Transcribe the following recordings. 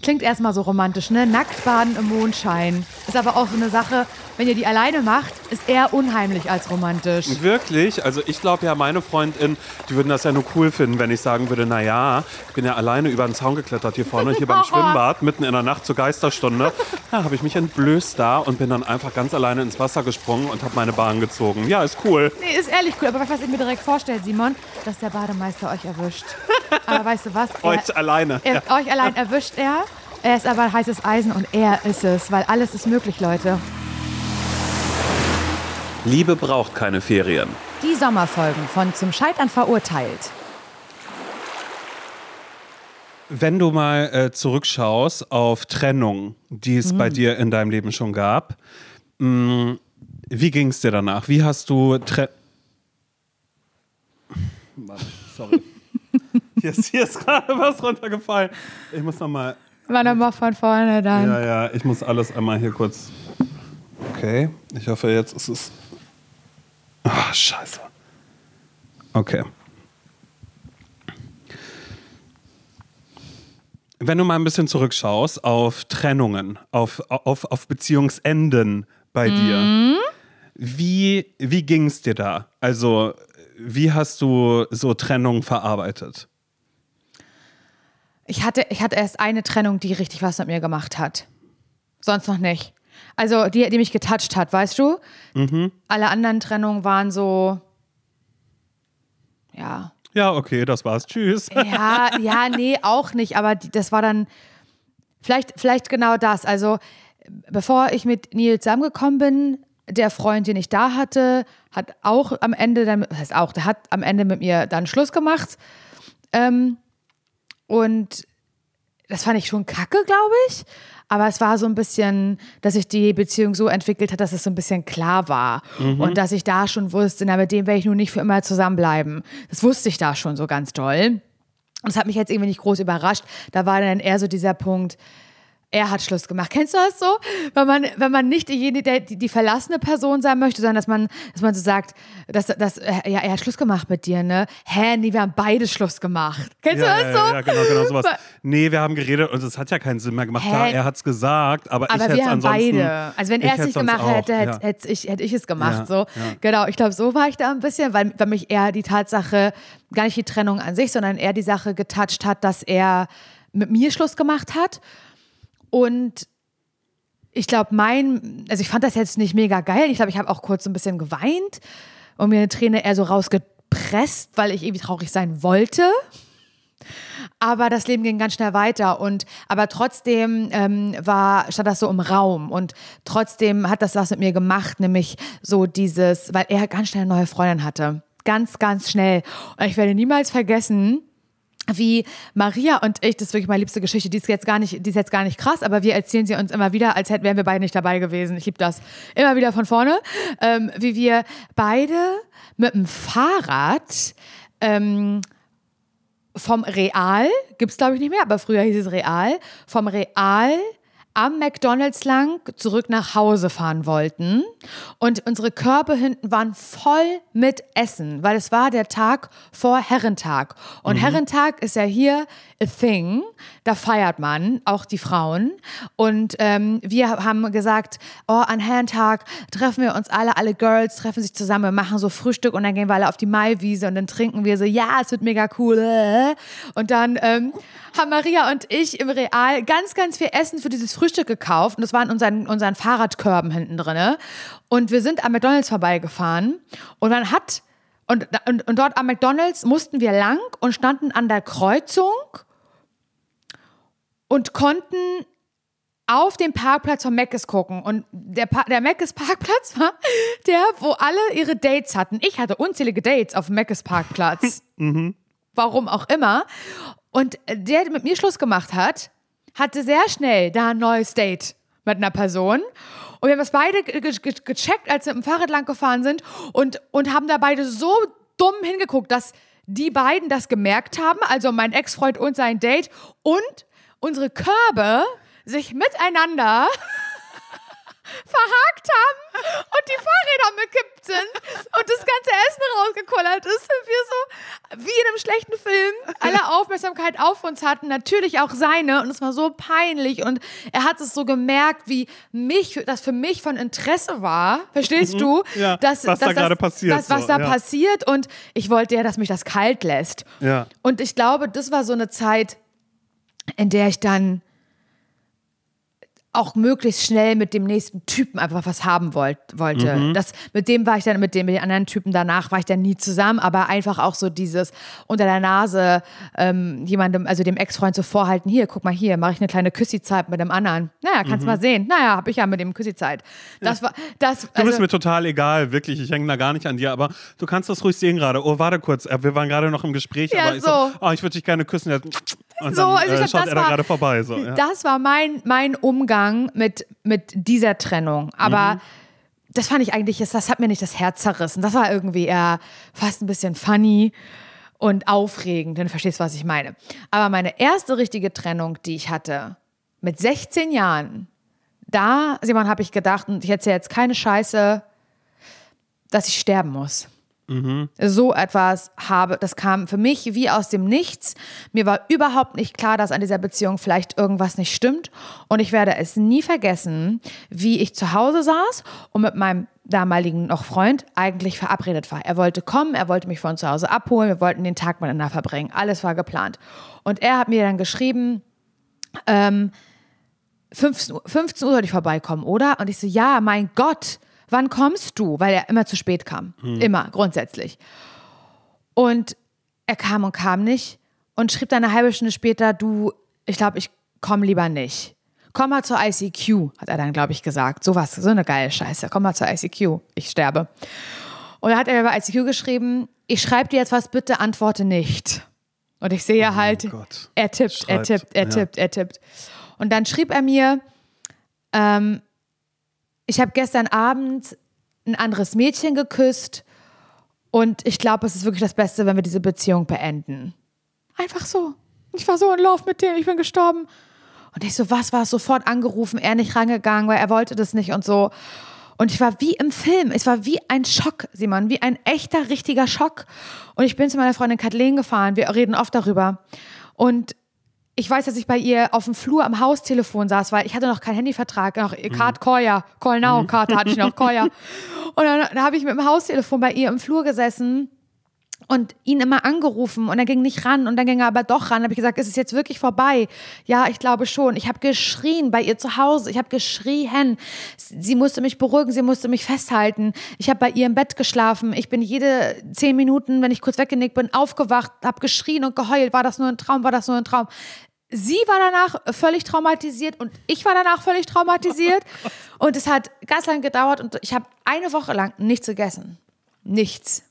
Klingt erstmal so romantisch, ne? Nackt baden im Mondschein. Ist aber auch so eine Sache, wenn ihr die alleine macht, ist eher unheimlich als romantisch. Wirklich? Also ich glaube ja, meine Freundinnen, die würden das ja nur cool finden, wenn ich sagen würde, naja, ich bin ja alleine über den Zaun geklettert hier vorne, hier beim Schwimmbad, mitten in der Nacht zur Geisterstunde. Ja, habe ich mich entblößt da und bin dann einfach ganz alleine ins Wasser gesprungen und habe meine Bahn gezogen. Ja, ist cool. Nee, ist ehrlich cool, aber was ich mir direkt vorstelle, Simon, dass der Bademeister euch erwischt. Aber weißt du was? Euch alleine. Euch allein erwischt er. Er ist aber heißes Eisen und er ist es, weil alles ist möglich, Leute. Liebe braucht keine Ferien. Die Sommerfolgen von Zum Scheitern verurteilt. Wenn du mal zurückschaust auf Trennungen, die es bei dir in deinem Leben schon gab, wie ging es dir danach? Wie hast du Sorry. Hier ist gerade was runtergefallen. Ich muss nochmal... War nochmal von vorne dann. Ja, ich muss alles einmal hier kurz... Okay, ich hoffe, jetzt ist es... Ah, scheiße. Okay. Wenn du mal ein bisschen zurückschaust auf Trennungen, auf Beziehungsenden bei dir, wie ging es dir da? Also, wie hast du so Trennungen verarbeitet? Ich hatte erst eine Trennung, die richtig was mit mir gemacht hat. Sonst noch nicht. Also die mich getoucht hat, weißt du? Alle anderen Trennungen waren so, ja. Ja, okay, das war's. Tschüss. Ja, nee, auch nicht. Aber das war dann vielleicht genau das. Also bevor ich mit Nils zusammengekommen bin, der Freund, den ich da hatte, hat auch am Ende dann, das heißt auch, der hat am Ende mit mir dann Schluss gemacht. Und das fand ich schon kacke, glaube ich. Aber es war so ein bisschen, dass sich die Beziehung so entwickelt hat, dass es so ein bisschen klar war. Und dass ich da schon wusste, na, mit dem werde ich nun nicht für immer zusammenbleiben. Das wusste ich da schon so ganz doll. Und das hat mich jetzt irgendwie nicht groß überrascht. Da war dann eher so dieser Punkt, er hat Schluss gemacht. Kennst du das so? Wenn man nicht die verlassene Person sein möchte, sondern dass man so sagt, ja, er hat Schluss gemacht mit dir, ne? Hä, nee, wir haben beide Schluss gemacht. Kennst du das so? Ja, genau sowas. Nee, wir haben geredet und es hat ja keinen Sinn mehr gemacht. Klar, er hat's gesagt, aber ich hätte es ansonsten... beide. Also wenn er es nicht gemacht hätte, hätte ich es gemacht. So. Ja. Genau, ich glaube, so war ich da ein bisschen, weil mich eher die Tatsache, gar nicht die Trennung an sich, sondern eher die Sache getoucht hat, dass er mit mir Schluss gemacht hat. Und ich glaube, also ich fand das jetzt nicht mega geil. Ich glaube, ich habe auch kurz so ein bisschen geweint und mir eine Träne eher so rausgepresst, weil ich irgendwie traurig sein wollte. Aber das Leben ging ganz schnell weiter. Aber trotzdem stand das so im Raum. Und trotzdem hat das was mit mir gemacht, nämlich so dieses, weil er ganz schnell eine neue Freundin hatte. Ganz, ganz schnell. Und ich werde niemals vergessen, wie Maria und ich, das ist wirklich meine liebste Geschichte, die ist jetzt gar nicht krass, aber wir erzählen sie uns immer wieder, als wären wir beide nicht dabei gewesen. Ich liebe das. Immer wieder von vorne. Wie wir beide mit dem Fahrrad vom Real, gibt's glaube ich nicht mehr, aber früher hieß es Real, vom Real am McDonald's lang zurück nach Hause fahren wollten und unsere Körbe hinten waren voll mit Essen, weil es war der Tag vor Herrentag und Herrentag ist ja hier a thing, da feiert man, auch die Frauen und wir haben gesagt, an Herrentag treffen wir uns alle Girls treffen sich zusammen, wir machen so Frühstück und dann gehen wir alle auf die Maiwiese und dann trinken wir so, ja, es wird mega cool und dann haben Maria und ich im Real ganz, ganz viel Essen für dieses Frühstück gekauft und das war in unseren Fahrradkörben hinten drin. Und wir sind am McDonald's vorbeigefahren und und dort am McDonald's mussten wir lang und standen an der Kreuzung und konnten auf den Parkplatz von Mc's gucken. Und der Mc's Parkplatz war der, wo alle ihre Dates hatten. Ich hatte unzählige Dates auf dem Mc's Parkplatz. Warum auch immer. Und der mit mir Schluss gemacht hat, hatte sehr schnell da ein neues Date mit einer Person. Und wir haben das beide gecheckt, als wir mit dem Fahrrad lang gefahren sind und haben da beide so dumm hingeguckt, dass die beiden das gemerkt haben, also mein Ex-Freund und sein Date und unsere Körbe sich miteinander verhakt haben und die Fahrräder umgekippt sind und das ganze Essen rausgekullert ist, sind wir so wie in einem schlechten Film alle Aufmerksamkeit auf uns hatten, natürlich auch seine, und es war so peinlich und er hat es so gemerkt, wie das für mich von Interesse war, verstehst du? Ja, was da gerade passiert. Was da passiert, und ich wollte ja, dass mich das kalt lässt. Ja. Und ich glaube, das war so eine Zeit, in der ich dann auch möglichst schnell mit dem nächsten Typen einfach was haben wollte. Mit den anderen Typen danach war ich dann nie zusammen, aber einfach auch so dieses unter der Nase jemandem, also dem Ex-Freund so vorhalten, hier, guck mal hier, mache ich eine kleine Küssi-Zeit mit dem anderen. Naja, kannst mal sehen. Naja, habe ich ja mit dem Küssi-Zeit. Du bist mir total egal, wirklich, ich hänge da gar nicht an dir, aber du kannst das ruhig sehen gerade. Oh, warte kurz, wir waren gerade noch im Gespräch, ja, aber ich würde dich gerne küssen. Und so, dann schaut er da gerade vorbei. So, ja. Das war mein Umgang mit dieser Trennung. Aber das fand ich eigentlich, das hat mir nicht das Herz zerrissen. Das war irgendwie eher fast ein bisschen funny und aufregend, wenn du verstehst, was ich meine. Aber meine erste richtige Trennung, die ich hatte, mit 16 Jahren, da, Simon, habe ich gedacht, und ich erzähle jetzt keine Scheiße, dass ich sterben muss. So etwas das kam für mich wie aus dem Nichts. Mir war überhaupt nicht klar, dass an dieser Beziehung vielleicht irgendwas nicht stimmt. Und ich werde es nie vergessen, wie ich zu Hause saß und mit meinem damaligen noch Freund eigentlich verabredet war. Er wollte kommen, er wollte mich von zu Hause abholen, wir wollten den Tag miteinander verbringen. Alles war geplant. Und er hat mir dann geschrieben, 15 Uhr soll ich vorbeikommen, oder? Und ich so, ja, mein Gott, wann kommst du? Weil er immer zu spät kam. Immer, grundsätzlich. Und er kam und kam nicht und schrieb dann eine halbe Stunde später, ich glaube, ich komme lieber nicht. Komm mal zur ICQ, hat er dann, glaube ich, gesagt. So eine geile Scheiße. Komm mal zur ICQ, ich sterbe. Und dann hat er bei ICQ geschrieben, ich schreibe dir jetzt was, bitte antworte nicht. Und ich sehe halt, er tippt. Und dann schrieb er mir, ich habe gestern Abend ein anderes Mädchen geküsst und ich glaube, es ist wirklich das Beste, wenn wir diese Beziehung beenden. Einfach so. Ich war so in Love mit dem, ich bin gestorben. Und ich so, was war? Sofort angerufen, er nicht rangegangen, weil er wollte das nicht und so. Und ich war wie im Film. Es war wie ein Schock, Simon, wie ein echter, richtiger Schock. Und ich bin zu meiner Freundin Kathleen gefahren. Wir reden oft darüber. Und ich weiß, dass ich bei ihr auf dem Flur am Haustelefon saß, weil ich hatte noch keinen Handyvertrag, noch Call Now Karte hatte ich noch, Koya. Und dann habe ich mit dem Haustelefon bei ihr im Flur gesessen und ihn immer angerufen und er ging nicht ran und dann ging er aber doch ran. Habe ich gesagt, ist es jetzt wirklich vorbei? Ja, ich glaube schon. Ich habe geschrien bei ihr zu Hause. Ich habe geschrien. Sie musste mich beruhigen, sie musste mich festhalten. Ich habe bei ihr im Bett geschlafen. Ich bin jede 10 Minuten, wenn ich kurz weggenickt bin, aufgewacht, habe geschrien und geheult. War das nur ein Traum? War das nur ein Traum? Sie war danach völlig traumatisiert und ich war danach völlig traumatisiert. Und es hat ganz lange gedauert und ich habe eine Woche lang nichts gegessen. Nichts.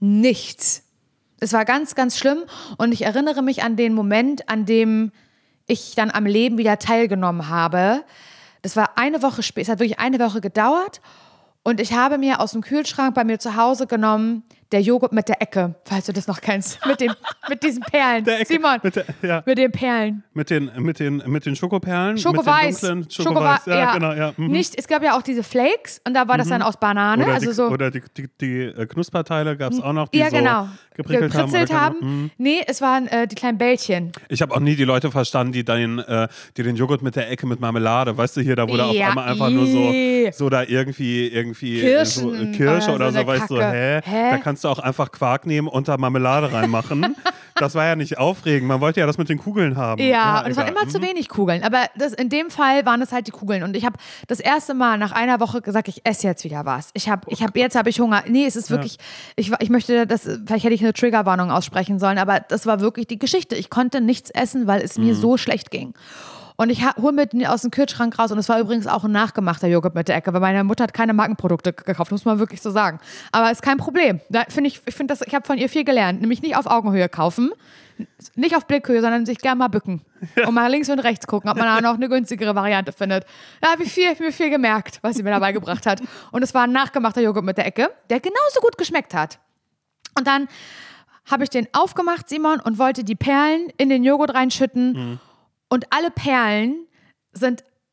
Es war ganz, ganz schlimm und ich erinnere mich an den Moment, an dem ich dann am Leben wieder teilgenommen habe. Das war eine Woche später, es hat wirklich eine Woche gedauert und ich habe mir aus dem Kühlschrank bei mir zu Hause genommen, der Joghurt mit der Ecke, falls du das noch kennst, mit diesen Perlen. Simon, mit den Perlen. Mit den Schokoperlen? Schokoweis. Schokoweis, ja, genau. Ja. Es gab ja auch diese Flakes und da war das dann aus Banane. Oder die Knusperteile gab es auch noch, die gepritzelt haben. Nee, es waren die kleinen Bällchen. Ich habe auch nie die Leute verstanden, die den Joghurt mit der Ecke mit Marmelade, weißt du, hier, da wurde auf einmal einfach nur so da irgendwie Kirsche oder so, weißt du, hä? Da kannst du auch einfach Quark nehmen und da Marmelade reinmachen. Das war ja nicht aufregend. Man wollte ja das mit den Kugeln haben. Ja, und es waren immer zu wenig Kugeln. Aber in dem Fall waren es halt die Kugeln. Und ich habe das erste Mal nach einer Woche gesagt, ich esse jetzt wieder was. Jetzt habe ich Hunger. Nee, es ist wirklich, ich möchte vielleicht hätte ich eine Triggerwarnung aussprechen sollen, aber das war wirklich die Geschichte. Ich konnte nichts essen, weil es mir so schlecht ging. Und ich hole mir den aus dem Kühlschrank raus und es war übrigens auch ein nachgemachter Joghurt mit der Ecke, weil meine Mutter hat keine Markenprodukte gekauft, muss man wirklich so sagen. Aber ist kein Problem. Ich habe von ihr viel gelernt, nämlich nicht auf Augenhöhe kaufen, nicht auf Blickhöhe, sondern sich gerne mal bücken und mal links und rechts gucken, ob man da noch eine günstigere Variante findet. Da habe ich mir viel gemerkt, was sie mir dabei gebracht hat. Und es war ein nachgemachter Joghurt mit der Ecke, der genauso gut geschmeckt hat. Und dann habe ich den aufgemacht, Simon, und wollte die Perlen in den Joghurt reinschütten. Und alle Perlen sind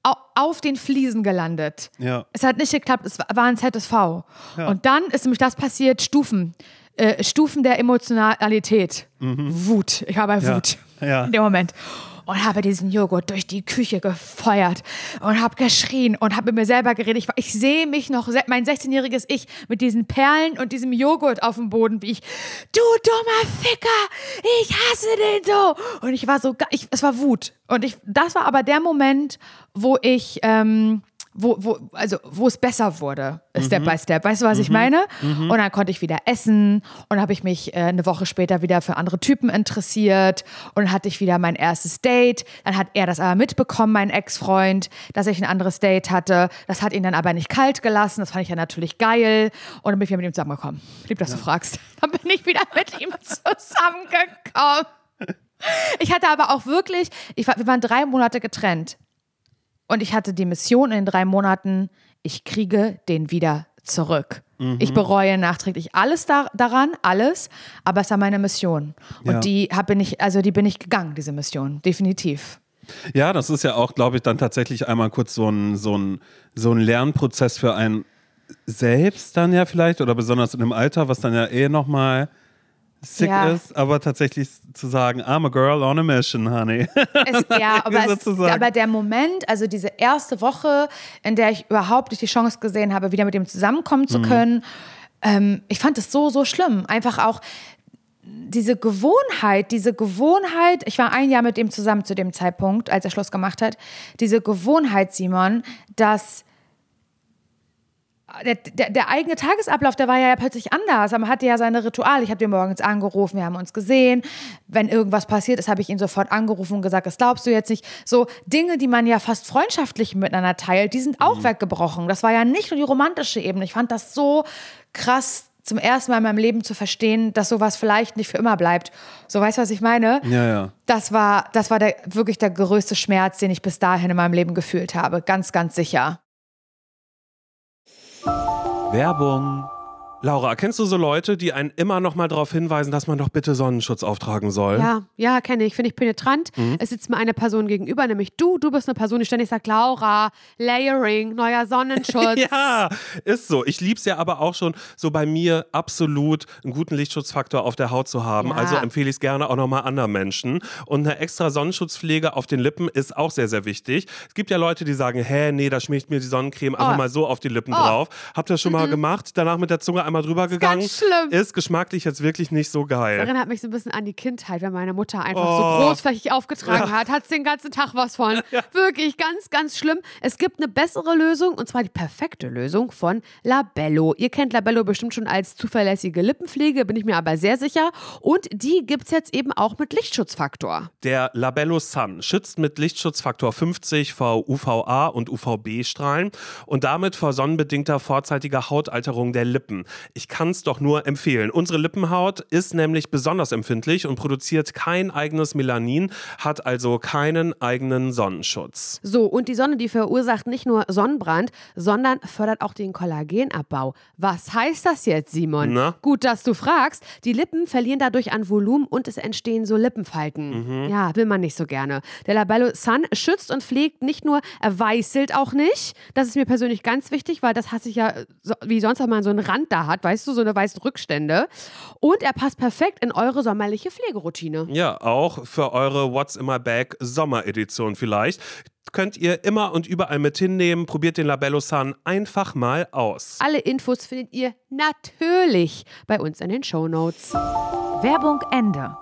auf den Fliesen gelandet. Ja. Es hat nicht geklappt, es war ein ZSV. Ja. Und dann ist nämlich das passiert, Stufen der Emotionalität. Wut. Ich war bei Wut in dem Moment. Und habe diesen Joghurt durch die Küche gefeuert und habe geschrien und habe mit mir selber geredet. Ich sehe mich noch, mein 16-jähriges Ich, mit diesen Perlen und diesem Joghurt auf dem Boden, wie ich, du dummer Ficker, ich hasse den so. Und ich war so, es war Wut. Und das war aber der Moment, wo ich, wo es besser wurde, Step by Step. Weißt du, was ich meine? Und dann konnte ich wieder essen und habe ich mich eine Woche später wieder für andere Typen interessiert und dann hatte ich wieder mein erstes Date. Dann hat er das aber mitbekommen, mein Ex-Freund, dass ich ein anderes Date hatte. Das hat ihn dann aber nicht kalt gelassen. Das fand ich ja natürlich geil. Und dann bin ich wieder mit ihm zusammengekommen. Lieb, dass du fragst. Dann bin ich wieder mit ihm zusammengekommen. Ich hatte aber auch wirklich, wir waren 3 Monate getrennt. Und ich hatte die Mission in den 3 Monaten, ich kriege den wieder zurück. Ich bereue nachträglich alles daran, alles, aber es war meine Mission. Und die bin ich gegangen, diese Mission, definitiv. Ja, das ist ja auch, glaube ich, dann tatsächlich einmal kurz so ein Lernprozess für einen selbst dann ja vielleicht oder besonders in dem Alter, was dann ja nochmal sick ist, aber tatsächlich zu sagen, I'm a girl on a mission, honey. Aber der Moment, also diese erste Woche, in der ich überhaupt nicht die Chance gesehen habe, wieder mit ihm zusammenkommen zu können, ich fand es so, so schlimm. Einfach auch diese Gewohnheit, ich war 1 Jahr mit ihm zusammen zu dem Zeitpunkt, als er Schluss gemacht hat, diese Gewohnheit, Simon, dass der eigene Tagesablauf, der war ja plötzlich anders. Man hatte ja seine Rituale. Ich habe ihn morgens angerufen, wir haben uns gesehen. Wenn irgendwas passiert ist, habe ich ihn sofort angerufen und gesagt, das glaubst du jetzt nicht. So Dinge, die man ja fast freundschaftlich miteinander teilt, die sind auch weggebrochen. Das war ja nicht nur die romantische Ebene. Ich fand das so krass, zum ersten Mal in meinem Leben zu verstehen, dass sowas vielleicht nicht für immer bleibt. So, weißt du, was ich meine? Ja. Das war wirklich der größte Schmerz, den ich bis dahin in meinem Leben gefühlt habe. Ganz, ganz sicher. Werbung. Laura, kennst du so Leute, die einen immer noch mal darauf hinweisen, dass man doch bitte Sonnenschutz auftragen soll? Ja, kenne ich. Finde ich penetrant. Es sitzt mir eine Person gegenüber, nämlich du. Du bist eine Person, die ständig sagt, Laura, Layering, neuer Sonnenschutz. Ja, ist so. Ich liebe es ja aber auch schon, so bei mir absolut einen guten Lichtschutzfaktor auf der Haut zu haben. Ja. Also empfehle ich es gerne auch nochmal anderen Menschen. Und eine extra Sonnenschutzpflege auf den Lippen ist auch sehr, sehr wichtig. Es gibt ja Leute, die sagen, nee, da schmiert mir die Sonnencreme einfach mal so auf die Lippen drauf. Habt ihr das schon mal gemacht? Danach mit der Zunge einmal drüber gegangen. Ganz schlimm. Ist geschmacklich jetzt wirklich nicht so geil. Das erinnert mich so ein bisschen an die Kindheit, wenn meine Mutter einfach so großflächig aufgetragen hat. Hat es den ganzen Tag was von. Ja. Wirklich ganz, ganz schlimm. Es gibt eine bessere Lösung und zwar die perfekte Lösung von Labello. Ihr kennt Labello bestimmt schon als zuverlässige Lippenpflege, bin ich mir aber sehr sicher. Und die gibt es jetzt eben auch mit Lichtschutzfaktor. Der Labello Sun schützt mit Lichtschutzfaktor 50 vor UVA und UVB-Strahlen und damit vor sonnenbedingter vorzeitiger Hautalterung der Lippen. Ich kann es doch nur empfehlen. Unsere Lippenhaut ist nämlich besonders empfindlich und produziert kein eigenes Melanin, hat also keinen eigenen Sonnenschutz. So, und die Sonne, die verursacht nicht nur Sonnenbrand, sondern fördert auch den Kollagenabbau. Was heißt das jetzt, Simon? Na? Gut, dass du fragst. Die Lippen verlieren dadurch an Volumen und es entstehen so Lippenfalten. Ja, will man nicht so gerne. Der Labello Sun schützt und pflegt nicht nur, er weißelt auch nicht. Das ist mir persönlich ganz wichtig, weil das hasse ich ja, wie sonst, wenn man so einen Rand da hat, weißt du, so eine weißen Rückstände. Und er passt perfekt in eure sommerliche Pflegeroutine. Ja, auch für eure What's in my Bag Sommeredition vielleicht. Könnt ihr immer und überall mit hinnehmen. Probiert den Labello Sun einfach mal aus. Alle Infos findet ihr natürlich bei uns in den Shownotes. Werbung Ende.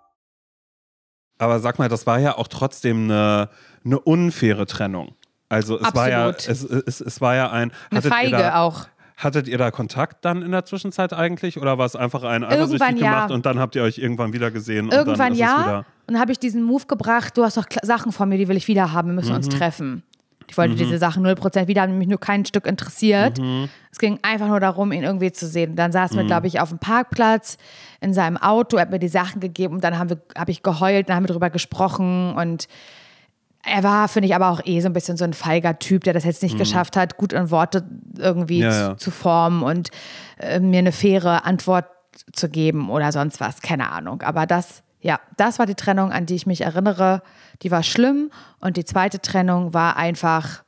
Aber sag mal, das war ja auch trotzdem eine unfaire Trennung. Also es war ja, es war ja eine Feige auch. Hattet ihr da Kontakt dann in der Zwischenzeit eigentlich? Oder war es einfach eifersüchtig gemacht und dann habt ihr euch irgendwann wieder gesehen? Irgendwann und dann ist ja. Es wieder und dann habe ich diesen Move gebracht, du hast doch Sachen von mir, die will ich wieder haben, wir müssen uns treffen. Ich wollte diese Sachen 0% wieder, haben mich nur kein Stück interessiert. Es ging einfach nur darum, ihn irgendwie zu sehen. Und dann saßen wir, glaube ich, auf dem Parkplatz in seinem Auto, er hat mir die Sachen gegeben und dann habe ich geheult, dann haben wir drüber gesprochen und er war, finde ich, aber auch so ein bisschen so ein feiger Typ, der das jetzt nicht geschafft hat, gut in Worte irgendwie zu formen und mir eine faire Antwort zu geben oder sonst was, keine Ahnung. Aber das Ja, das war die Trennung, an die ich mich erinnere. Die war schlimm und die zweite Trennung war einfach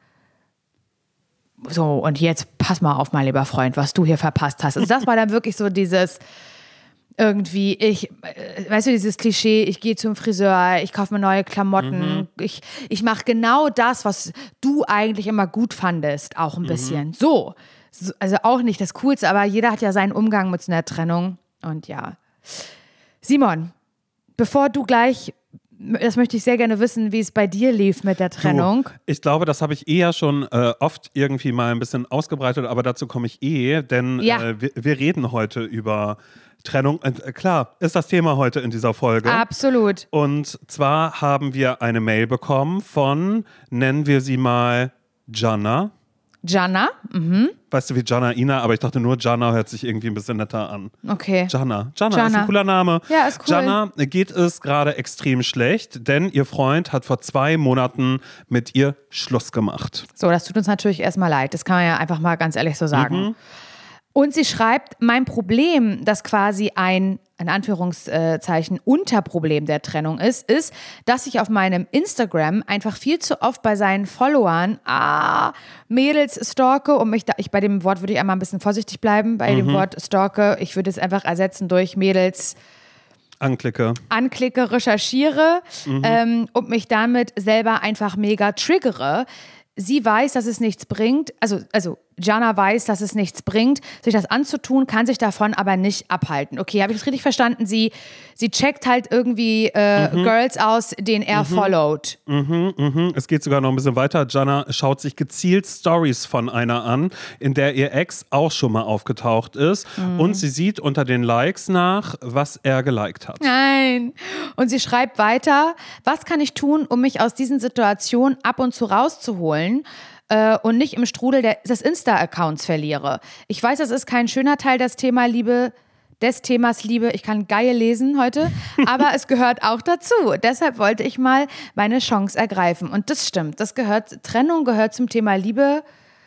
so, und jetzt pass mal auf, mein lieber Freund, was du hier verpasst hast. Also das war dann wirklich so dieses irgendwie, weißt du, dieses Klischee, ich gehe zum Friseur, ich kaufe mir neue Klamotten, ich mache genau das, was du eigentlich immer gut fandest, auch ein bisschen. So, also auch nicht das Coolste, aber jeder hat ja seinen Umgang mit so einer Trennung und ja. Simon, bevor du gleich, das möchte ich sehr gerne wissen, wie es bei dir lief mit der Trennung. Ich glaube, das habe ich eher schon oft irgendwie mal ein bisschen ausgebreitet, aber dazu komme ich denn wir reden heute über Trennung. Klar, ist das Thema heute in dieser Folge. Absolut. Und zwar haben wir eine Mail bekommen von, nennen wir sie mal Jana. Jana? Weißt du, wie Jana-Ina, aber ich dachte nur, Jana hört sich irgendwie ein bisschen netter an. Okay. Jana ist ein cooler Name. Ja, ist cool. Jana geht es gerade extrem schlecht, denn ihr Freund hat vor 2 Monaten mit ihr Schluss gemacht. So, das tut uns natürlich erstmal leid. Das kann man ja einfach mal ganz ehrlich so sagen. Und sie schreibt, mein Problem, das quasi ein, in Anführungszeichen, Unterproblem der Trennung ist, dass ich auf meinem Instagram einfach viel zu oft bei seinen Followern Mädels stalke und bei dem Wort würde ich einmal ein bisschen vorsichtig bleiben, bei dem Wort stalke, ich würde es einfach ersetzen durch Mädels Anklicke, recherchiere und mich damit selber einfach mega triggere. Sie weiß, dass es nichts bringt, also Jana weiß, dass es nichts bringt, sich das anzutun, kann sich davon aber nicht abhalten. Okay, habe ich das richtig verstanden? Sie checkt halt irgendwie Girls aus, denen er followt. Es geht sogar noch ein bisschen weiter. Jana schaut sich gezielt Stories von einer an, in der ihr Ex auch schon mal aufgetaucht ist. Und sie sieht unter den Likes nach, was er geliked hat. Nein. Und sie schreibt weiter, was kann ich tun, um mich aus diesen Situationen ab und zu rauszuholen? Und nicht im Strudel des Insta-Accounts verliere. Ich weiß, das ist kein schöner Teil des Themas Liebe. Ich kann geil lesen heute, aber es gehört auch dazu. Deshalb wollte ich mal meine Chance ergreifen. Und das stimmt, Trennung gehört zum Thema Liebe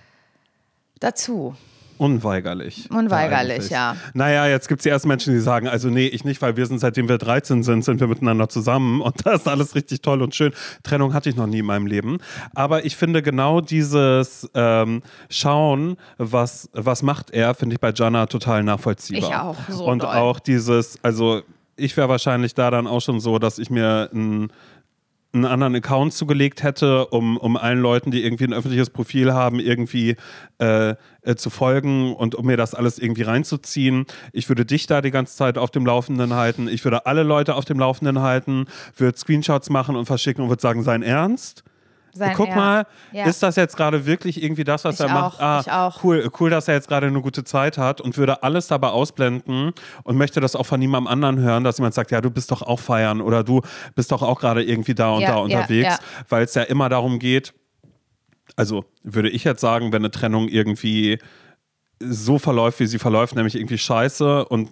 dazu. Unweigerlich, ja. Naja, jetzt gibt es die ersten Menschen, die sagen, also nee, ich nicht, weil wir sind, seitdem wir 13 sind wir miteinander zusammen und das ist alles richtig toll und schön. Trennung hatte ich noch nie in meinem Leben. Aber ich finde genau dieses Schauen, was macht er, finde ich bei Jana total nachvollziehbar. Ich auch, so und doll. auch dieses, also ich wäre wahrscheinlich da dann auch schon so, dass ich mir einen anderen Account zugelegt hätte, um allen Leuten, die irgendwie ein öffentliches Profil haben, irgendwie zu folgen und um mir das alles irgendwie reinzuziehen. Ich würde dich da die ganze Zeit auf dem Laufenden halten. Ich würde alle Leute auf dem Laufenden halten, würde Screenshots machen und verschicken und würde sagen, sein Ernst? Guck mal, ist das jetzt gerade wirklich irgendwie das, was er macht? Ich auch. Cool, dass er jetzt gerade eine gute Zeit hat und würde alles dabei ausblenden und möchte das auch von niemandem anderen hören, dass jemand sagt, ja, du bist doch auch feiern oder du bist doch auch gerade irgendwie da und da unterwegs, weil es ja immer darum geht, also würde ich jetzt sagen, wenn eine Trennung irgendwie so verläuft, wie sie verläuft, nämlich irgendwie scheiße und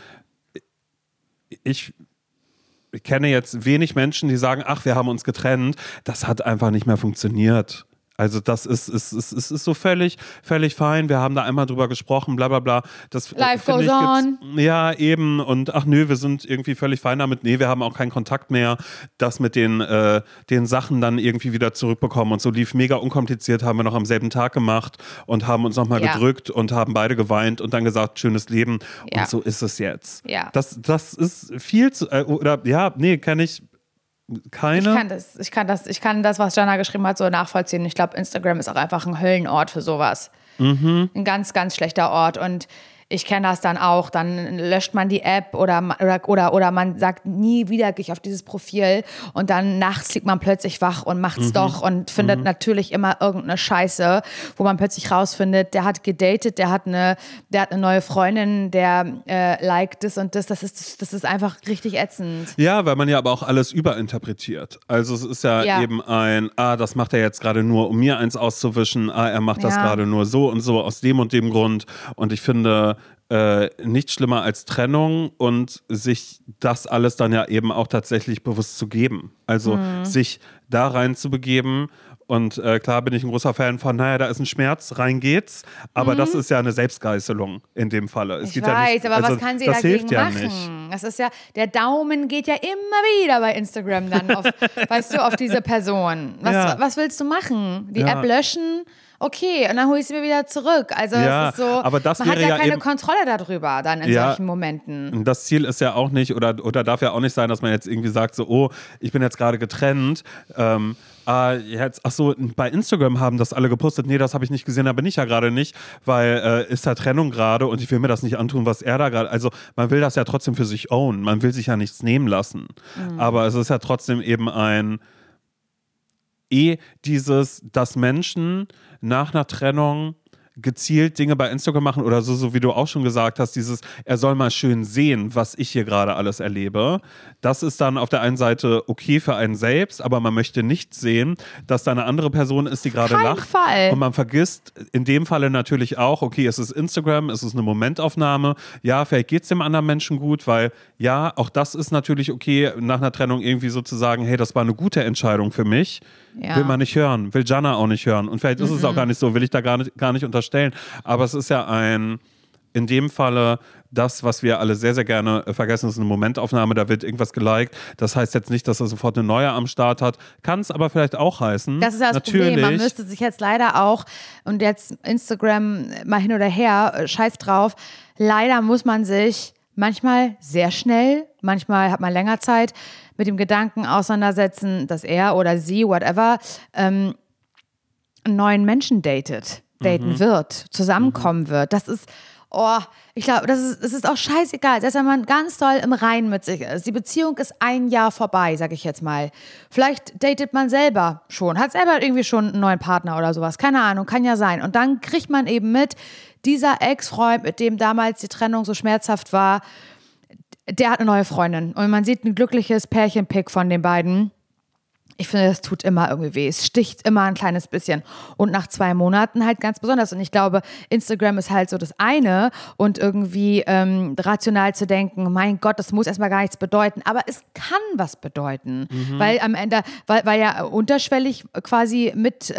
ich kenne jetzt wenig Menschen, die sagen, ach, wir haben uns getrennt. Das hat einfach nicht mehr funktioniert. Also das ist so völlig fein. Wir haben da einmal drüber gesprochen, bla bla bla. Life goes on. Ja, eben. Und ach nö, wir sind irgendwie völlig fein damit. Nee, wir haben auch keinen Kontakt mehr. Das mit den Sachen dann irgendwie wieder zurückbekommen. Und so lief mega unkompliziert, haben wir noch am selben Tag gemacht und haben uns nochmal gedrückt und haben beide geweint und dann gesagt, schönes Leben. Ja. Und so ist es jetzt. Ja. Das ist viel zu, kann ich keine. Ich kann das, was Jana geschrieben hat, so nachvollziehen. Ich glaube, Instagram ist auch einfach ein Höllenort für sowas. Ein ganz, ganz schlechter Ort. Und ich kenne das dann auch. Dann löscht man die App oder man sagt, nie wieder gehe ich auf dieses Profil. Und dann nachts liegt man plötzlich wach und macht's doch und findet natürlich immer irgendeine Scheiße, wo man plötzlich rausfindet, der hat gedatet, der hat eine neue Freundin, der liked das und das. Das ist einfach richtig ätzend. Ja, weil man ja aber auch alles überinterpretiert. Also es ist ja eben das macht er jetzt gerade nur, um mir eins auszuwischen. Er macht das gerade nur so und so aus dem und dem Grund. Und ich finde, nicht schlimmer als Trennung und sich das alles dann ja eben auch tatsächlich bewusst zu geben. Also sich da rein zu begeben Und klar bin ich ein großer Fan von, naja, da ist ein Schmerz, rein geht's. Aber das ist ja eine Selbstgeißelung in dem Falle. Ich weiß, aber was kann sie dagegen machen? Das ist ja, der Daumen geht ja immer wieder bei Instagram dann auf, weißt du, auf diese Person. Was willst du machen? Die App löschen? Okay, und dann hole ich sie mir wieder zurück. Also es ist so, aber das man hat ja keine Kontrolle darüber dann in solchen Momenten. Das Ziel ist ja auch nicht, oder darf ja auch nicht sein, dass man jetzt irgendwie sagt, so, oh, ich bin jetzt gerade getrennt. Bei Instagram haben das alle gepostet. Nee, das habe ich nicht gesehen, da bin ich ja gerade nicht, weil ist da Trennung gerade und ich will mir das nicht antun, was er da gerade. Also man will das ja trotzdem für sich ownen. Man will sich ja nichts nehmen lassen. Aber es ist ja trotzdem eben dass Menschen nach einer Trennung gezielt Dinge bei Instagram machen oder so wie du auch schon gesagt hast, er soll mal schön sehen, was ich hier gerade alles erlebe. Das ist dann auf der einen Seite okay für einen selbst, aber man möchte nicht sehen, dass da eine andere Person ist, die gerade lacht. Fall. Und man vergisst in dem Falle natürlich auch, okay, es ist Instagram, es ist eine Momentaufnahme. Ja, vielleicht geht es dem anderen Menschen gut, weil ja, auch das ist natürlich okay, nach einer Trennung irgendwie so zu sagen, hey, das war eine gute Entscheidung für mich. Ja. Will man nicht hören, will Jana auch nicht hören. Und vielleicht ist es auch gar nicht so, will ich da gar nicht unterstellen. Aber es ist ja in dem Falle das, was wir alle sehr, sehr gerne vergessen, ist eine Momentaufnahme, da wird irgendwas geliked. Das heißt jetzt nicht, dass er sofort eine neue am Start hat. Kann es aber vielleicht auch heißen. Das ist ja das Problem. Man müsste sich jetzt leider auch, und jetzt Instagram mal hin oder her, scheiß drauf, leider muss man sich manchmal sehr schnell, manchmal hat man länger Zeit, mit dem Gedanken auseinandersetzen, dass er oder sie, whatever, einen neuen Menschen daten wird, zusammenkommen wird. Das ist, ich glaube, das ist auch scheißegal. Selbst wenn man ganz doll im Reinen mit sich ist. Die Beziehung ist 1 Jahr vorbei, sag ich jetzt mal. Vielleicht datet man selber schon, hat selber irgendwie schon einen neuen Partner oder sowas. Keine Ahnung, kann ja sein. Und dann kriegt man eben mit, dieser Ex-Freund, mit dem damals die Trennung so schmerzhaft war, der hat eine neue Freundin. Und man sieht ein glückliches Pärchenpick von den beiden. Ich finde, das tut immer irgendwie weh. Es sticht immer ein kleines bisschen. Und nach 2 Monaten halt ganz besonders. Und ich glaube, Instagram ist halt so das eine. Und irgendwie rational zu denken, mein Gott, das muss erstmal gar nichts bedeuten. Aber es kann was bedeuten. Weil am Ende, weil ja unterschwellig quasi mit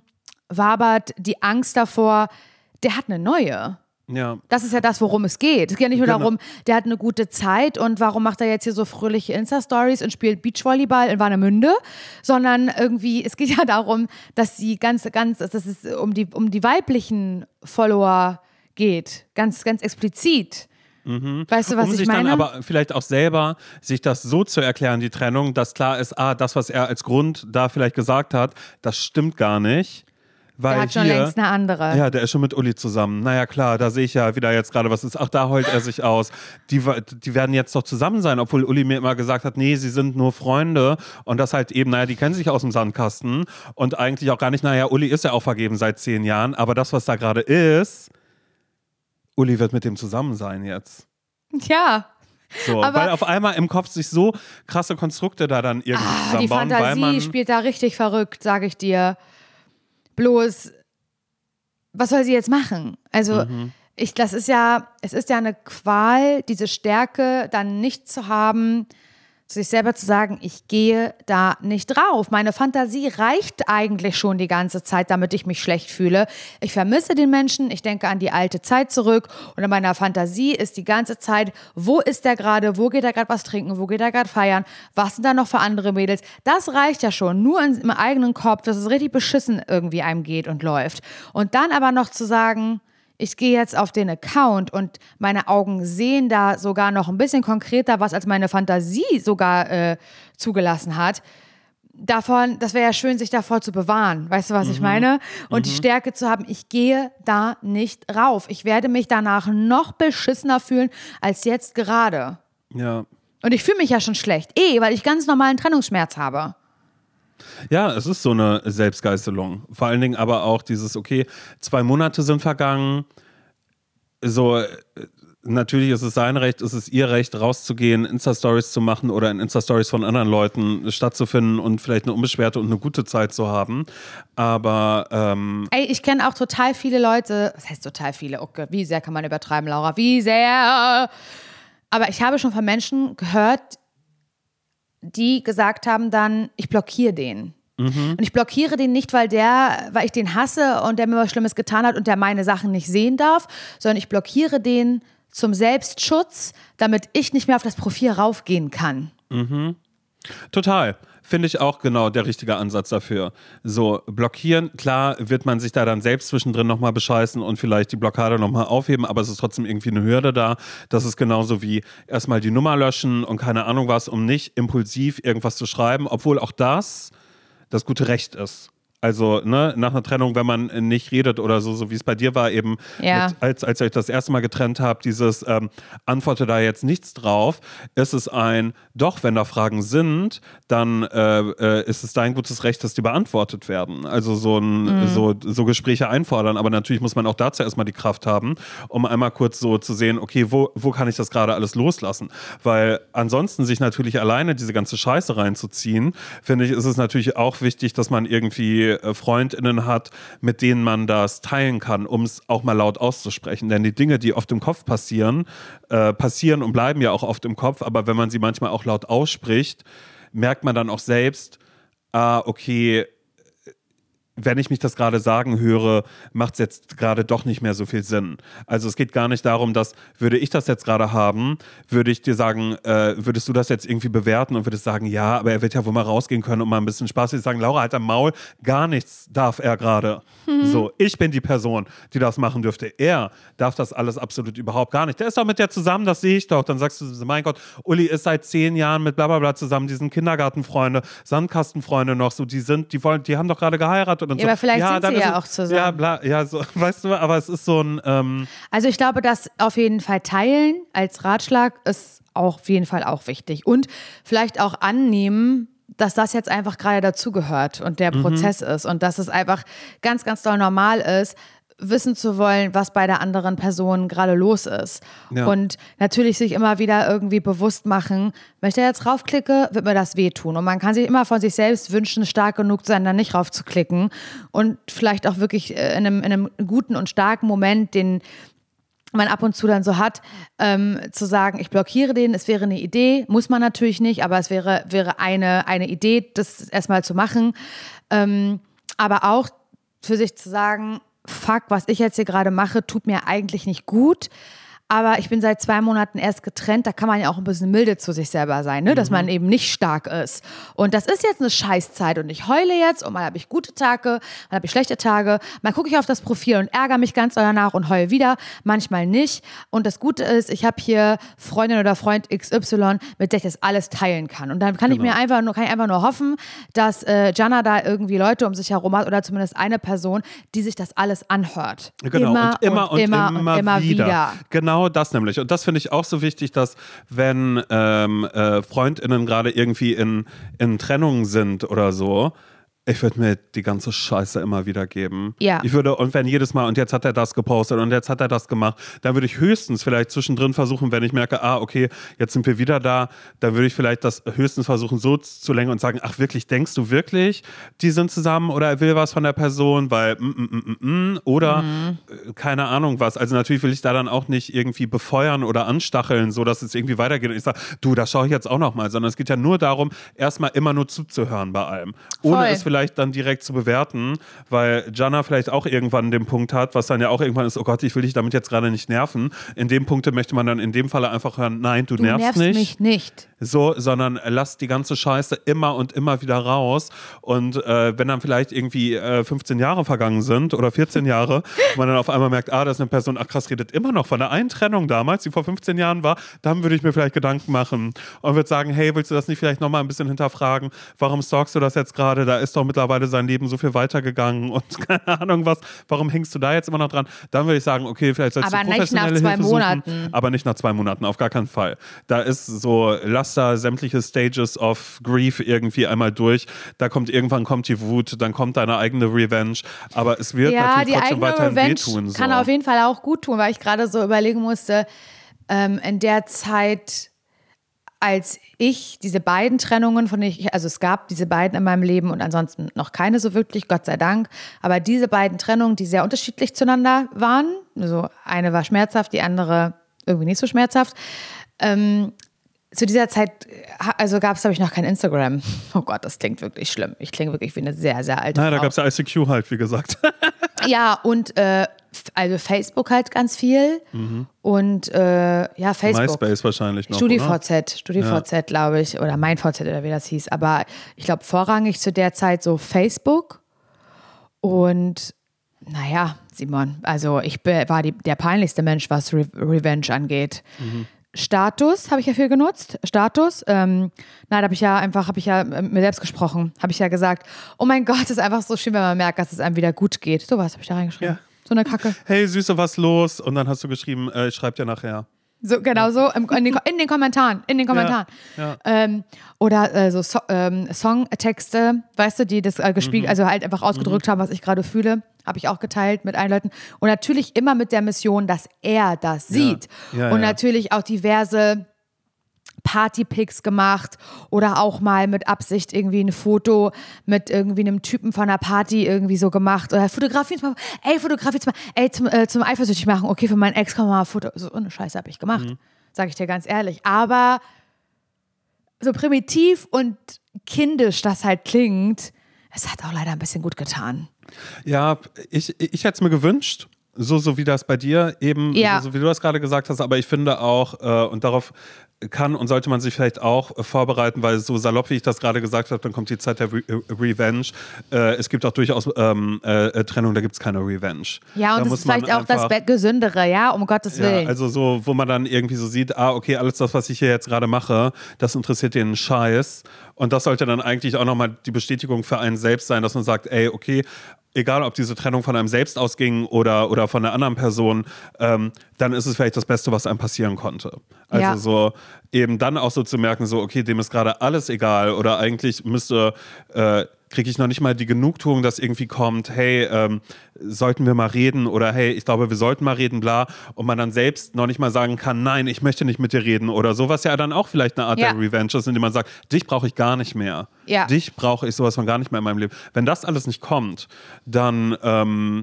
wabert die Angst davor, der hat eine neue. Ja. Das ist ja das, worum es geht. Es geht ja nicht nur darum, der hat eine gute Zeit und warum macht er jetzt hier so fröhliche Insta-Stories und spielt Beachvolleyball in Warnemünde, sondern irgendwie, es geht ja darum, dass sie dass es um die weiblichen Follower geht. Ganz, ganz explizit. Weißt du, was ich meine? Dann aber vielleicht auch selber sich das so zu erklären, die Trennung, dass klar ist, das, was er als Grund da vielleicht gesagt hat, das stimmt gar nicht. Weil der hat schon längst eine andere. Ja, der ist schon mit Uli zusammen. Naja, klar, da sehe ich ja wieder jetzt gerade, was ist. Ach, da heult er sich aus. Die werden jetzt doch zusammen sein, obwohl Uli mir immer gesagt hat, nee, sie sind nur Freunde. Und das halt eben, die kennen sich aus dem Sandkasten. Und eigentlich auch gar nicht, Uli ist ja auch vergeben seit 10 Jahren. Aber das, was da gerade ist, Uli wird mit dem zusammen sein jetzt. Ja. So, weil auf einmal im Kopf sich so krasse Konstrukte da dann irgendwie zusammenbauen. Die Fantasie spielt da richtig verrückt, sage ich dir. Bloß, was soll sie jetzt machen? Also, es ist ja eine Qual, diese Stärke dann nicht zu haben, sich selber zu sagen, ich gehe da nicht drauf. Meine Fantasie reicht eigentlich schon die ganze Zeit, damit ich mich schlecht fühle. Ich vermisse den Menschen, ich denke an die alte Zeit zurück und in meiner Fantasie ist die ganze Zeit, wo ist der gerade, wo geht er gerade was trinken, wo geht er gerade feiern, was sind da noch für andere Mädels. Das reicht ja schon, nur im eigenen Kopf, dass es richtig beschissen irgendwie einem geht und läuft. Und dann aber noch zu sagen, ich gehe jetzt auf den Account und meine Augen sehen da sogar noch ein bisschen konkreter was, als meine Fantasie sogar zugelassen hat. Das wäre ja schön, sich davor zu bewahren. Weißt du, was ich meine? Und die Stärke zu haben, ich gehe da nicht rauf. Ich werde mich danach noch beschissener fühlen, als jetzt gerade. Ja. Und ich fühle mich ja schon schlecht. Weil ich ganz normalen Trennungsschmerz habe. Ja, es ist so eine Selbstgeißelung. Vor allen Dingen aber auch dieses, okay, 2 Monate sind vergangen. So, natürlich ist es sein Recht, ist es ihr Recht, rauszugehen, Insta-Stories zu machen oder in Insta-Stories von anderen Leuten stattzufinden und vielleicht eine unbeschwerte und eine gute Zeit zu haben. Aber ich kenne auch total viele Leute, was heißt total viele? Oh Gott, wie sehr kann man übertreiben, Laura? Wie sehr? Aber ich habe schon von Menschen gehört, die gesagt haben dann, ich blockiere den. Und ich blockiere den nicht, weil ich den hasse und der mir was Schlimmes getan hat und der meine Sachen nicht sehen darf, sondern ich blockiere den zum Selbstschutz, damit ich nicht mehr auf das Profil raufgehen kann. Total. Finde ich auch genau der richtige Ansatz dafür. So, blockieren, klar wird man sich da dann selbst zwischendrin nochmal bescheißen und vielleicht die Blockade nochmal aufheben, aber es ist trotzdem irgendwie eine Hürde da. Das ist genauso wie erstmal die Nummer löschen und keine Ahnung was, um nicht impulsiv irgendwas zu schreiben, obwohl auch das gute Recht ist. Also nach einer Trennung, wenn man nicht redet oder so wie es bei dir war, eben als ihr euch das erste Mal getrennt habt, dieses antworte da jetzt nichts drauf, ist es doch, wenn da Fragen sind, dann ist es dein gutes Recht, dass die beantwortet werden. Also so Gespräche einfordern, aber natürlich muss man auch dazu erstmal die Kraft haben, um einmal kurz so zu sehen, okay, wo kann ich das gerade alles loslassen? Weil ansonsten sich natürlich alleine diese ganze Scheiße reinzuziehen, finde ich, ist es natürlich auch wichtig, dass man irgendwie FreundInnen hat, mit denen man das teilen kann, um es auch mal laut auszusprechen. Denn die Dinge, die oft im Kopf passieren und bleiben ja auch oft im Kopf, aber wenn man sie manchmal auch laut ausspricht, merkt man dann auch selbst, okay, wenn ich mich das gerade sagen höre, macht es jetzt gerade doch nicht mehr so viel Sinn. Also es geht gar nicht darum, dass, würde ich das jetzt gerade haben, würde ich dir sagen, würdest du das jetzt irgendwie bewerten und würdest sagen, ja, aber er wird ja wohl mal rausgehen können und mal ein bisschen Spaß. Ich sagen, Laura, halt am Maul, gar nichts darf er gerade. So, ich bin die Person, die das machen dürfte. Er darf das alles absolut überhaupt gar nicht. Der ist doch mit der zusammen, das sehe ich doch. Dann sagst du, mein Gott, Uli ist seit 10 Jahren mit blablabla zusammen, die sind Kindergartenfreunde, Sandkastenfreunde noch, so, die haben doch gerade geheiratet. Und ja, so. aber vielleicht sind sie ja auch zusammen. So, weißt du, aber es ist so ein... Also ich glaube, dass auf jeden Fall teilen als Ratschlag ist auch auf jeden Fall auch wichtig. Und vielleicht auch annehmen, dass das jetzt einfach gerade dazugehört und der Prozess ist und dass es einfach ganz, ganz doll normal ist, wissen zu wollen, was bei der anderen Person gerade los ist. Ja. Und natürlich sich immer wieder irgendwie bewusst machen, wenn ich da jetzt raufklicke, wird mir das wehtun. Und man kann sich immer von sich selbst wünschen, stark genug zu sein, da nicht raufzuklicken. Und vielleicht auch wirklich in einem guten und starken Moment, den man ab und zu dann so hat, zu sagen, ich blockiere den, es wäre eine Idee, muss man natürlich nicht, aber es wäre eine Idee, das erstmal zu machen. Aber auch für sich zu sagen, fuck, was ich jetzt hier gerade mache, tut mir eigentlich nicht gut. Aber ich bin seit 2 Monaten erst getrennt, da kann man ja auch ein bisschen milde zu sich selber sein, ne? Dass man eben nicht stark ist. Und das ist jetzt eine Scheißzeit und ich heule jetzt und mal habe ich gute Tage, mal habe ich schlechte Tage, mal gucke ich auf das Profil und ärgere mich ganz doll danach und heule wieder, manchmal nicht. Und das Gute ist, ich habe hier Freundin oder Freund XY, mit der ich das alles teilen kann. Und dann kann ich einfach nur hoffen, dass Jana da irgendwie Leute um sich herum hat oder zumindest eine Person, die sich das alles anhört. Genau, immer wieder. Genau das nämlich. Und das finde ich auch so wichtig, dass wenn FreundInnen gerade irgendwie in Trennungen sind oder so, ich würde mir die ganze Scheiße immer wieder geben. Ja. Und wenn jedes Mal, und jetzt hat er das gepostet und jetzt hat er das gemacht, dann würde ich höchstens vielleicht zwischendrin versuchen, wenn ich merke, okay, jetzt sind wir wieder da, dann würde ich vielleicht das höchstens versuchen, so zu lenken und sagen, ach wirklich, denkst du wirklich, die sind zusammen oder er will was von der Person, weil oder keine Ahnung was. Also natürlich will ich da dann auch nicht irgendwie befeuern oder anstacheln, so dass es irgendwie weitergeht und ich sage, du, das schaue ich jetzt auch noch mal, sondern es geht ja nur darum, erstmal immer nur zuzuhören bei allem. Ohne es vielleicht dann direkt zu bewerten, weil Jana vielleicht auch irgendwann den Punkt hat, was dann ja auch irgendwann ist, oh Gott, ich will dich damit jetzt gerade nicht nerven. In dem Punkt möchte man dann in dem Falle einfach hören, nein, du nervst mich nicht. So, sondern lass die ganze Scheiße immer und immer wieder raus. Und wenn dann vielleicht irgendwie 15 Jahre vergangen sind oder 14 Jahre, man dann auf einmal merkt, das ist eine Person, ach krass, redet immer noch von der einen Trennung damals, die vor 15 Jahren war, dann würde ich mir vielleicht Gedanken machen und würde sagen, hey, willst du das nicht vielleicht nochmal ein bisschen hinterfragen? Warum stalkst du das jetzt gerade? Da ist doch mittlerweile sein Leben so viel weitergegangen und keine Ahnung was. Warum hängst du da jetzt immer noch dran? Dann würde ich sagen, okay, vielleicht sollst du professionelle Hilfe suchen. Aber nicht nach 2 Monaten, auf gar keinen Fall. Da ist so, lass da sämtliche Stages of Grief irgendwie einmal durch. Irgendwann kommt die Wut, dann kommt deine eigene Revenge. Aber es wird natürlich trotzdem weiterhin wehtun. So. Kann auf jeden Fall auch gut tun, weil ich gerade so überlegen musste, in der Zeit, als ich diese beiden Trennungen, also es gab diese beiden in meinem Leben und ansonsten noch keine so wirklich, Gott sei Dank, aber diese beiden Trennungen, die sehr unterschiedlich zueinander waren, also eine war schmerzhaft, die andere irgendwie nicht so schmerzhaft, zu dieser Zeit, also gab es, glaube ich, noch kein Instagram. Oh Gott, das klingt wirklich schlimm. Ich klinge wirklich wie eine sehr, sehr alte Frau. Da gab es ja ICQ halt, wie gesagt. Ja, und also Facebook halt ganz viel. Und Facebook. MySpace wahrscheinlich noch, StudiVZ, glaube ich. Oder MeinVZ oder wie das hieß. Aber ich glaube, vorrangig zu der Zeit so Facebook. Und naja, Simon, also ich war der peinlichste Mensch, was Revenge angeht. Status habe ich ja viel genutzt. Status. Da habe ich ja mit mir selbst gesprochen. Habe ich ja gesagt, oh mein Gott, es ist einfach so schön, wenn man merkt, dass es einem wieder gut geht. So was habe ich da reingeschrieben. Ja. So eine Kacke. Hey Süße, was los? Und dann hast du geschrieben, ich schreibe dir nachher. So, genau so, in den Kommentaren. Ja. Oder so Songtexte, weißt du, die das gespiegelt, also halt einfach ausgedrückt haben, was ich gerade fühle, habe ich auch geteilt mit allen Leuten. Und natürlich immer mit der Mission, dass er das sieht. Und natürlich auch diverse Partypics gemacht oder auch mal mit Absicht irgendwie ein Foto mit irgendwie einem Typen von einer Party irgendwie so gemacht oder fotografieren zum eifersüchtig machen, okay, für meinen Ex kann man mal ein Foto, so eine Scheiße habe ich gemacht, sage ich dir ganz ehrlich, aber so primitiv und kindisch das halt klingt, es hat auch leider ein bisschen gut getan. Ja, ich hätte es mir gewünscht, so wie das bei dir eben, so wie du das gerade gesagt hast, aber ich finde auch, und darauf kann und sollte man sich vielleicht auch vorbereiten, weil so salopp, wie ich das gerade gesagt habe, dann kommt die Zeit der Revenge. Es gibt auch durchaus Trennung, da gibt es keine Revenge. Ja, und da das ist vielleicht auch das Gesündere, ja, um Gottes Willen. Ja, also so, wo man dann irgendwie so sieht, okay, alles das, was ich hier jetzt gerade mache, das interessiert den Scheiß. Und das sollte dann eigentlich auch nochmal die Bestätigung für einen selbst sein, dass man sagt, ey, okay, egal ob diese Trennung von einem selbst ausging oder von einer anderen Person, dann ist es vielleicht das Beste, was einem passieren konnte. Also so eben dann auch so zu merken, so okay, dem ist gerade alles egal oder eigentlich kriege ich noch nicht mal die Genugtuung, dass irgendwie kommt, hey, sollten wir mal reden oder hey, ich glaube, wir sollten mal reden, bla. Und man dann selbst noch nicht mal sagen kann, nein, ich möchte nicht mit dir reden oder so, was ja dann auch vielleicht eine Art der Revenge ist, indem man sagt, dich brauche ich gar nicht mehr. Ja. Dich brauche ich sowas von gar nicht mehr in meinem Leben. Wenn das alles nicht kommt, dann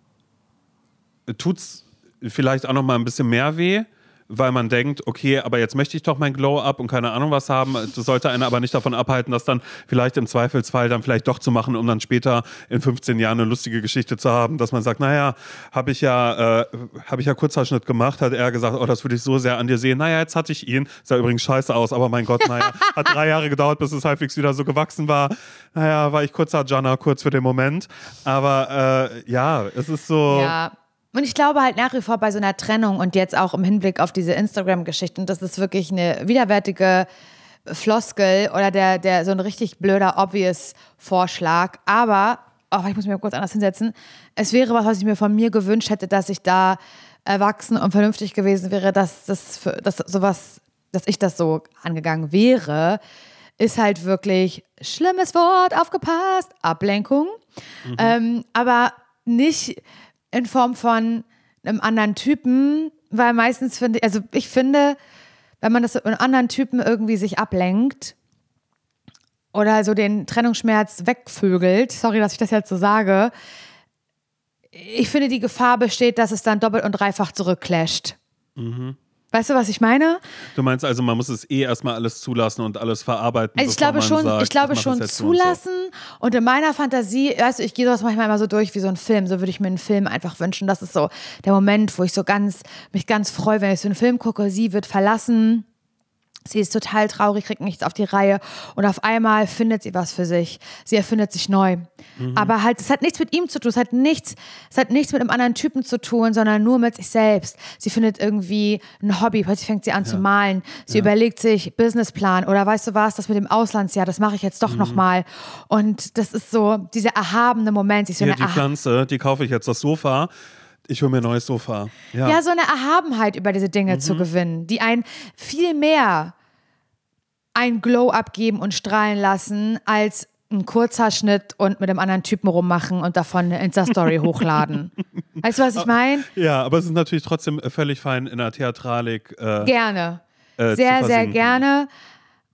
tut's vielleicht auch noch mal ein bisschen mehr weh, weil man denkt, okay, aber jetzt möchte ich doch mein Glow-Up und keine Ahnung was haben. Das sollte einen aber nicht davon abhalten, das dann vielleicht im Zweifelsfall dann vielleicht doch zu machen, um dann später in 15 Jahren eine lustige Geschichte zu haben, dass man sagt, naja, habe ich ja Kurzhaarschnitt gemacht, hat er gesagt, oh, das würde ich so sehr an dir sehen. Naja, jetzt hatte ich ihn. Sah übrigens scheiße aus, aber mein Gott, naja, hat 3 Jahre gedauert, bis es halbwegs wieder so gewachsen war. Naja, war ich Kurzhaar-Jana, kurz für den Moment. Aber es ist so... Ja. Und ich glaube halt nach wie vor bei so einer Trennung und jetzt auch im Hinblick auf diese Instagram-Geschichten, das ist wirklich eine widerwärtige Floskel oder so ein richtig blöder, obvious Vorschlag. Aber, ich muss mich mal kurz anders hinsetzen, es wäre was ich mir von mir gewünscht hätte, dass ich da erwachsen und vernünftig gewesen wäre, dass ich das so angegangen wäre, ist halt wirklich, schlimmes Wort, aufgepasst, Ablenkung. Aber nicht in Form von einem anderen Typen, weil meistens ich finde, wenn man das mit einem anderen Typen irgendwie sich ablenkt oder so den Trennungsschmerz wegvögelt, sorry, dass ich das jetzt so sage, ich finde, die Gefahr besteht, dass es dann doppelt und dreifach zurückclasht. Weißt du, was ich meine? Du meinst also, man muss es erstmal alles zulassen und alles verarbeiten. Also ich glaube schon zulassen und in meiner Fantasie, weißt du, ich gehe sowas manchmal immer so durch wie so ein Film, so würde ich mir einen Film einfach wünschen. Das ist so der Moment, wo ich mich ganz freue, wenn ich so einen Film gucke, sie wird verlassen. Sie ist total traurig, kriegt nichts auf die Reihe und auf einmal findet sie was für sich. Sie erfindet sich neu. Aber halt, es hat nichts mit ihm zu tun, es hat nichts mit einem anderen Typen zu tun, sondern nur mit sich selbst. Sie findet irgendwie ein Hobby, plötzlich fängt sie an zu malen. Sie überlegt sich Businessplan oder weißt du was, das mit dem Auslandsjahr, das mache ich jetzt doch nochmal. Und das ist so dieser erhabene Moment. Die Pflanze, die kaufe ich jetzt, das Sofa. Ich hole mir ein neues Sofa. Ja, so eine Erhabenheit über diese Dinge zu gewinnen, die einen viel mehr ein Glow abgeben und strahlen lassen, als einen Kurzhaarschnitt und mit einem anderen Typen rummachen und davon eine Insta-Story hochladen. Weißt du, was ich meine? Ja, aber es ist natürlich trotzdem völlig fein in der Theatralik. Gerne. Sehr, sehr gerne.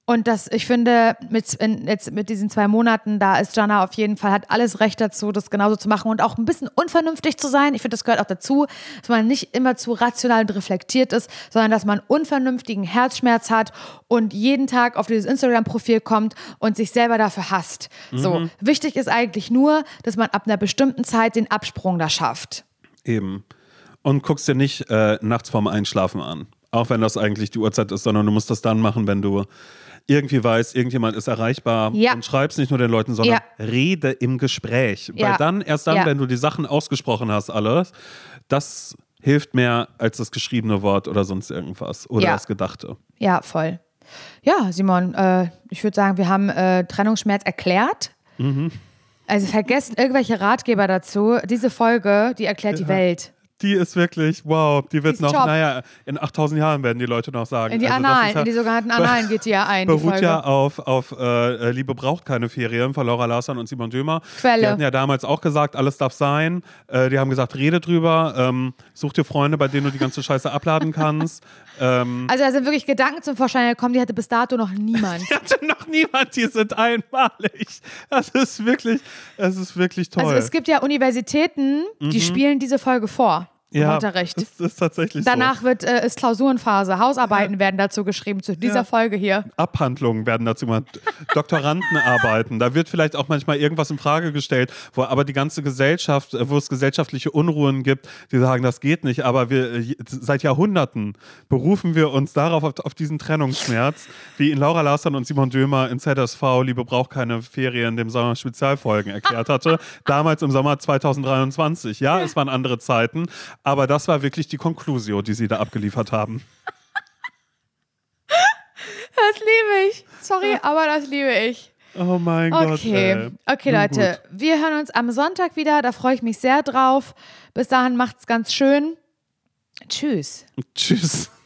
Und ich finde, jetzt mit diesen 2 Monaten, da ist Jana auf jeden Fall, hat alles Recht dazu, das genauso zu machen und auch ein bisschen unvernünftig zu sein. Ich finde, das gehört auch dazu, dass man nicht immer zu rational und reflektiert ist, sondern dass man unvernünftigen Herzschmerz hat und jeden Tag auf dieses Instagram-Profil kommt und sich selber dafür hasst. So, wichtig ist eigentlich nur, dass man ab einer bestimmten Zeit den Absprung da schafft. Eben. Und guckst dir nicht nachts vorm Einschlafen an. Auch wenn das eigentlich die Uhrzeit ist, sondern du musst das dann machen, wenn du irgendwie weißt, irgendjemand ist erreichbar. Und schreibst nicht nur den Leuten, sondern rede im Gespräch. Weil dann, erst dann, wenn du die Sachen ausgesprochen hast, alles, das hilft mehr als das geschriebene Wort oder sonst irgendwas. Oder das Gedachte. Ja, voll. Ja, Simon, ich würde sagen, wir haben Trennungsschmerz erklärt. Also vergesst irgendwelche Ratgeber dazu. Diese Folge, die erklärt die Welt. Die ist wirklich, wow, die wird noch, in 8000 Jahren werden die Leute noch sagen. In die Annalen, in die sogenannten Annalen geht die ja ein. Beruht ja auf Liebe braucht keine Ferien von Laura Larsson und Simon Dömer. Quelle. Die hatten ja damals auch gesagt, alles darf sein. Die haben gesagt, rede drüber, such dir Freunde, bei denen du die ganze Scheiße abladen kannst. Also da sind wirklich Gedanken zum Vorschein gekommen, die hatte bis dato noch niemand. Die hatte noch niemand, die sind einmalig. Das ist wirklich toll. Also es gibt ja Universitäten, die spielen diese Folge vor. Ja, Unterricht. Das ist tatsächlich Danach so. Ist Klausurenphase. Hausarbeiten werden dazu geschrieben, zu dieser Folge hier. Abhandlungen werden dazu gemacht. Doktorandenarbeiten. Da wird vielleicht auch manchmal irgendwas in Frage gestellt, wo aber die ganze Gesellschaft, wo es gesellschaftliche Unruhen gibt, die sagen, das geht nicht. Aber seit Jahrhunderten berufen wir uns darauf, auf diesen Trennungsschmerz, wie ihn Laura Larsson und Simon Dömer in ZSV Liebe braucht keine Ferien, dem Sommer-Spezialfolgen erklärt hatte. Damals im Sommer 2023. Ja, es waren andere Zeiten. Aber das war wirklich die Conclusio, die sie da abgeliefert haben. Das liebe ich. Sorry, aber das liebe ich. Oh mein Gott. Okay, Leute. Wir hören uns am Sonntag wieder. Da freue ich mich sehr drauf. Bis dahin macht's ganz schön. Tschüss. Tschüss.